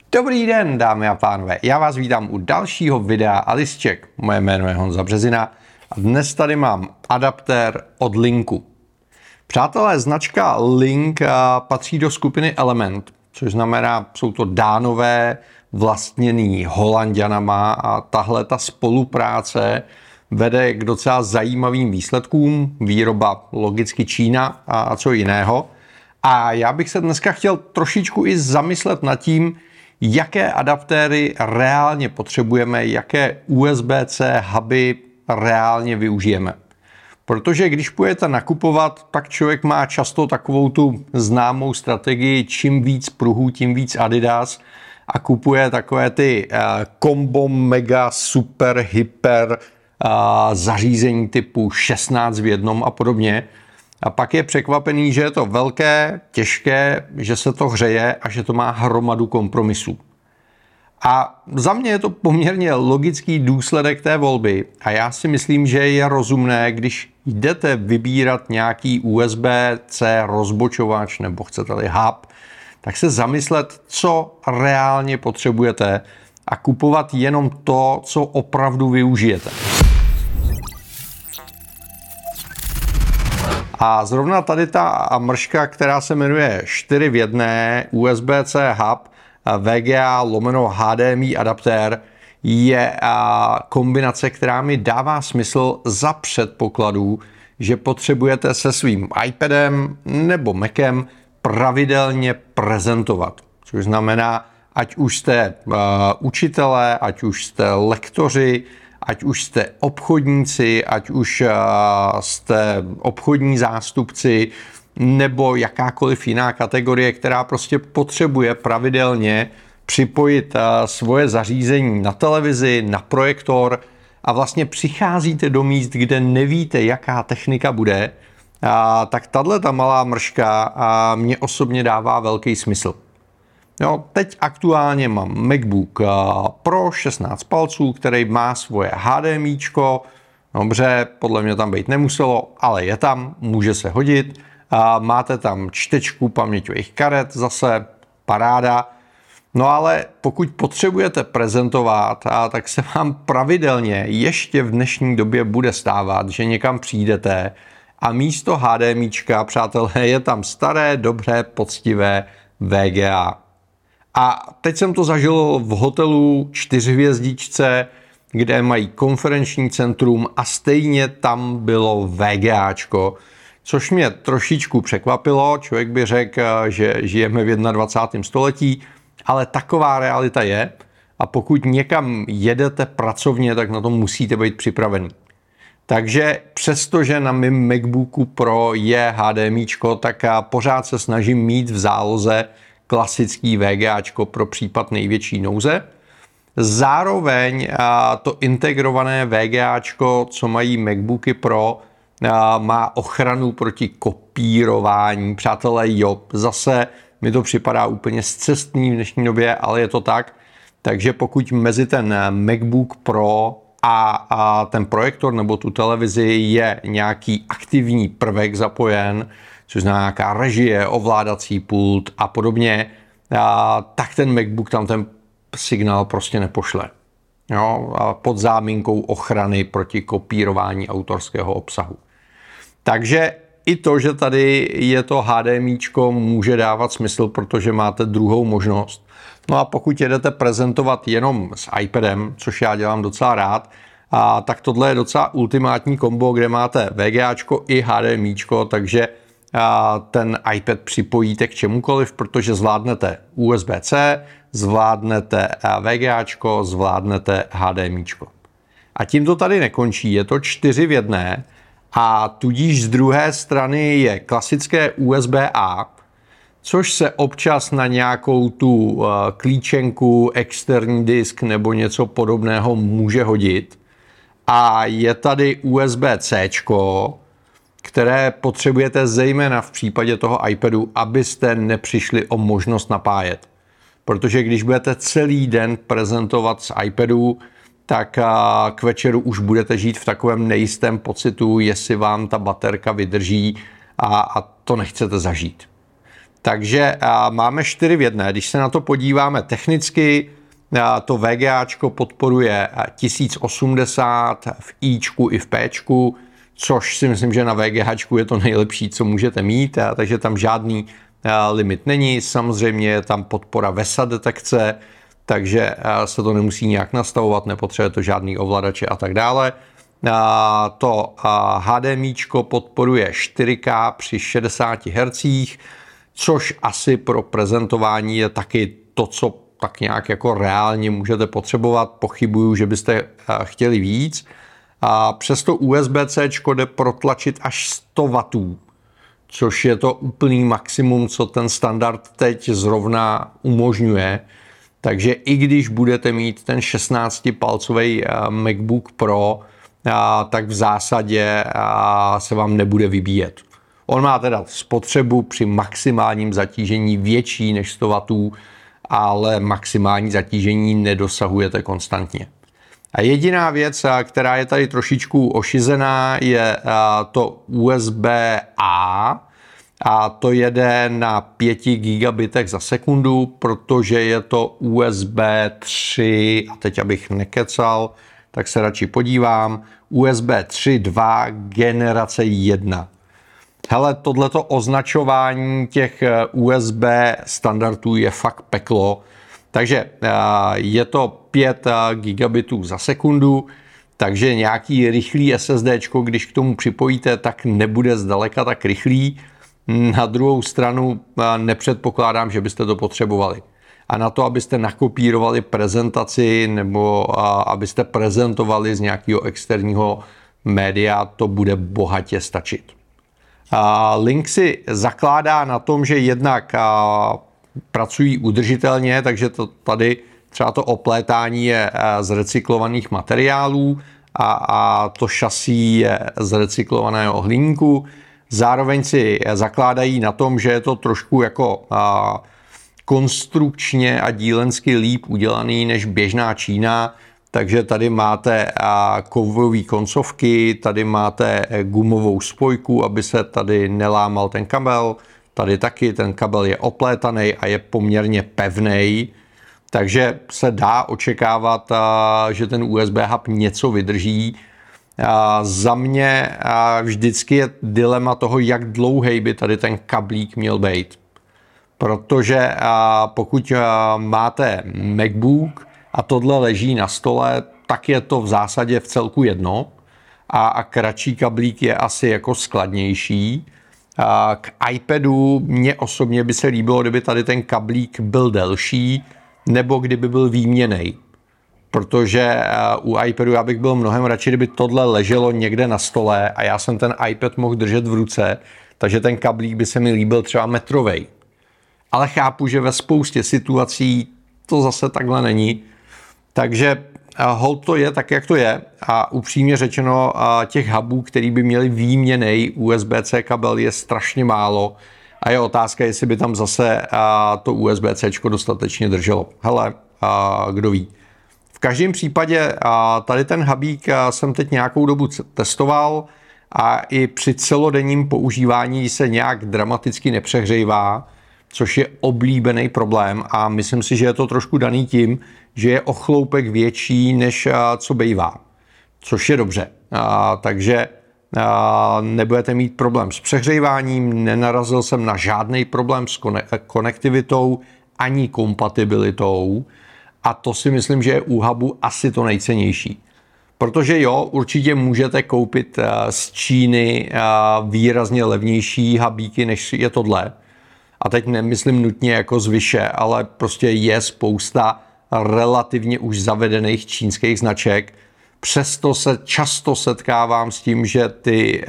Dobrý den, dámy a pánové, já vás vítám u dalšího videa Alisček. Moje jméno je Honza Březina a dnes tady mám adaptér od Linku. Přátelé, značka Link patří do skupiny Element, což znamená, jsou to Dánové vlastněný Holanďanama a tahle ta spolupráce vede k docela zajímavým výsledkům, výroba logicky Čína a co jiného. A já bych se dneska chtěl trošičku i zamyslet nad tím, jaké adaptéry reálně potřebujeme, jaké USB-C huby reálně využijeme. Protože když půjdete nakupovat, tak člověk má často takovou tu známou strategii, čím víc pruhů, tím víc Adidas a kupuje takové ty combo, mega, super, hyper zařízení typu 16 v jednom a podobně. A pak je překvapený, že je to velké, těžké, že se to hřeje a že to má hromadu kompromisů. A za mě je to poměrně logický důsledek té volby a já si myslím, že je rozumné, když jdete vybírat nějaký USB-C rozbočovač nebo chcete-li hub, tak se zamyslet, co reálně potřebujete a kupovat jenom to, co opravdu využijete. A zrovna tady ta mrška, která se jmenuje 4 v 1 USB-C hub VGA/HDMI adaptér, je kombinace, která mi dává smysl za předpokladu, že potřebujete se svým iPadem nebo Macem pravidelně prezentovat. Což znamená, ať už jste učitelé, ať už jste lektoři, ať už jste obchodníci, ať už jste obchodní zástupci nebo jakákoliv jiná kategorie, která prostě potřebuje pravidelně připojit svoje zařízení na televizi, na projektor a vlastně přicházíte do míst, kde nevíte, jaká technika bude, tak tato malá mrška mě osobně dává velký smysl. Jo, teď aktuálně mám MacBook Pro 16 palců, který má svoje HDMIčko. Dobře, podle mě tam být nemuselo, ale je tam, může se hodit. Máte tam čtečku paměťových karet, zase paráda. No ale pokud potřebujete prezentovat, tak se vám pravidelně ještě v dnešní době bude stávat, že někam přijdete a místo HDMIčka, přátelé, je tam staré, dobré, poctivé VGA. A teď jsem to zažil v hotelu 4hvězdičce, kde mají konferenční centrum a stejně tam bylo VGAčko, což mě trošičku překvapilo. Člověk by řekl, že žijeme v 21. století, ale taková realita je a pokud někam jedete pracovně, tak na to musíte být připravený. Takže přestože na mém MacBooku Pro je HDMIčko, tak pořád se snažím mít v záloze klasický VGAčko pro případ největší nouze. Zároveň to integrované VGAčko, co mají MacBooky Pro, má ochranu proti kopírování. Přátelé, jo, zase mi to připadá úplně scestný v dnešní době, ale je to tak. Takže pokud mezi ten MacBook Pro a ten projektor nebo tu televizi je nějaký aktivní prvek zapojen, což znamená nějaká režie, ovládací pult a podobně, tak ten MacBook tam ten signál prostě nepošle. Jo? Pod záminkou ochrany proti kopírování autorského obsahu. Takže i to, že tady je to HDMIčko, může dávat smysl, protože máte druhou možnost. No a pokud jedete prezentovat jenom s iPadem, což já dělám docela rád, tak tohle je docela ultimátní kombo, kde máte VGAčko i HDMIčko, takže ten iPad připojíte k čemukoliv, protože zvládnete USB-C, zvládnete VGAčko, zvládnete HDMIčko. A tím to tady nekončí, je to 4 v 1 a tudíž z druhé strany je klasické USB-A, což se občas na nějakou tu klíčenku, externí disk nebo něco podobného může hodit. A je tady USB-C, které potřebujete zejména v případě toho iPadu, abyste nepřišli o možnost napájet. Protože když budete celý den prezentovat z iPadu, tak k večeru už budete žít v takovém nejistém pocitu, jestli vám ta baterka vydrží a to nechcete zažít. Takže máme 4 v jedné. Když se na to podíváme technicky, to VGAčko podporuje 1080 v Ičku i v Pčku, což si myslím, že na VGAčku je to nejlepší, co můžete mít, takže tam žádný limit není. Samozřejmě je tam podpora VESA detekce, takže se to nemusí nějak nastavovat, nepotřebuje to žádný ovladače a tak dále. To HDMIčko podporuje 4K při 60 Hz, což asi pro prezentování je taky to, co tak nějak jako reálně můžete potřebovat. Pochybuju, že byste chtěli víc. A přesto USB-C jde protlačit až 100 W, což je to úplný maximum, co ten standard teď zrovna umožňuje. Takže i když budete mít ten 16-palcový MacBook Pro, tak v zásadě se vám nebude vybíjet. On má teda spotřebu při maximálním zatížení větší než 100 W, ale maximální zatížení nedosahujete konstantně. A jediná věc, která je tady trošičku ošizená, je to USB-A, a to jede na 5 gigabitech za sekundu, protože je to USB 3, a teď abych nekecal, tak se radši podívám, USB 3.2 generace 1. Hele, tohleto označování těch USB standardů je fakt peklo, takže je to 5 gigabitů za sekundu, takže nějaký rychlý SSDčko, když k tomu připojíte, tak nebude zdaleka tak rychlý. Na druhou stranu nepředpokládám, že byste to potřebovali. A na to, abyste nakopírovali prezentaci nebo abyste prezentovali z nějakého externího média, to bude bohatě stačit. Link si zakládá na tom, že jednak pracují udržitelně, takže to tady třeba to oplétání je z recyklovaných materiálů a to šasí je z recyklovaného hliníku. Zároveň si zakládají na tom, že je to trošku jako konstrukčně a dílensky líp udělaný než běžná Čína, takže tady máte kovové koncovky, tady máte gumovou spojku, aby se tady nelámal ten kabel, tady taky ten kabel je oplétaný a je poměrně pevný, takže se dá očekávat, že ten USB hub něco vydrží. Za mě vždycky je dilema toho, jak dlouhý by tady ten kablík měl být. Protože pokud máte MacBook a tohle leží na stole, tak je to v zásadě v celku jedno a kratší kablík je asi jako skladnější. K iPadu mně osobně by se líbilo, kdyby tady ten kablík byl delší nebo kdyby byl výměnný. Protože u iPadu já bych byl mnohem radši, kdyby tohle leželo někde na stole a já jsem ten iPad mohl držet v ruce, takže ten kablík by se mi líbil třeba metrovej. Ale chápu, že ve spoustě situací to zase takhle není. Takže hold to je tak, jak to je. A upřímně řečeno, těch hubů, který by měli výměnej USB-C kabel, je strašně málo. A je otázka, jestli by tam zase to USB-C dostatečně drželo. Hele, kdo ví. V každém případě tady ten hubík jsem teď nějakou dobu testoval a i při celodenním používání se nějak dramaticky nepřehřejvá, což je oblíbený problém a myslím si, že je to trošku daný tím, že je o chloupek větší, než co bývá, což je dobře. Takže nebudete mít problém s přehříváním, nenarazil jsem na žádný problém s konektivitou ani kompatibilitou a to si myslím, že je u hubu asi to nejcennější. Protože jo, určitě můžete koupit z Číny výrazně levnější hubíky, než je tohle. A teď nemyslím nutně jako z Vyše, ale prostě je spousta relativně už zavedených čínských značek. Přesto se často setkávám s tím, že ty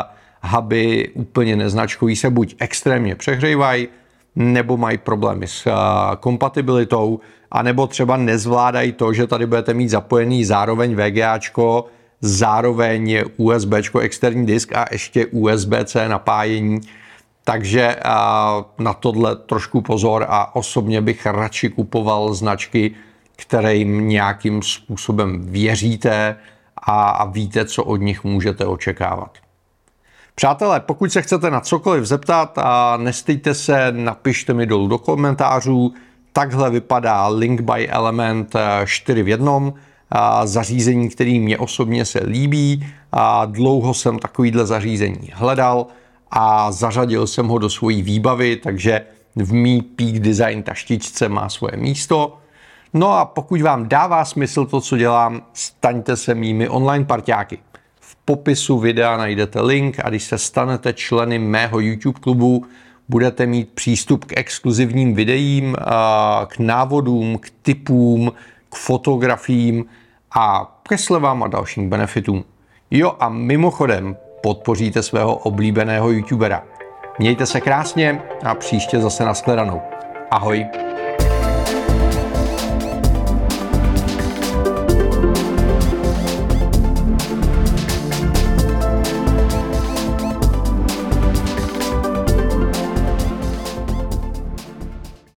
huby úplně neznačkují se buď extrémně přehřívají, nebo mají problémy s kompatibilitou, anebo třeba nezvládají to, že tady budete mít zapojený zároveň VGAčko, zároveň USBčko, externí disk a ještě USB-C napájení. Takže na tohle trošku pozor a osobně bych radši kupoval značky, kterým nějakým způsobem věříte a víte, co od nich můžete očekávat. Přátelé, pokud se chcete na cokoliv zeptat a nestejte se, napište mi dolů do komentářů. Takhle vypadá Link by Element 4 v jednom. Zařízení, který mě osobně se líbí. Dlouho jsem takovýhle zařízení hledal a zařadil jsem ho do svojí výbavy, takže v mý Peak Design taštičce má svoje místo. No a pokud vám dává smysl to, co dělám, staňte se mými online parťáky. V popisu videa najdete link a když se stanete členy mého YouTube klubu, budete mít přístup k exkluzivním videím, k návodům, k tipům, k fotografiím a ke slevám a dalším benefitům. Jo a mimochodem podpoříte svého oblíbeného YouTubera. Mějte se krásně a příště zase nashledanou. Ahoj.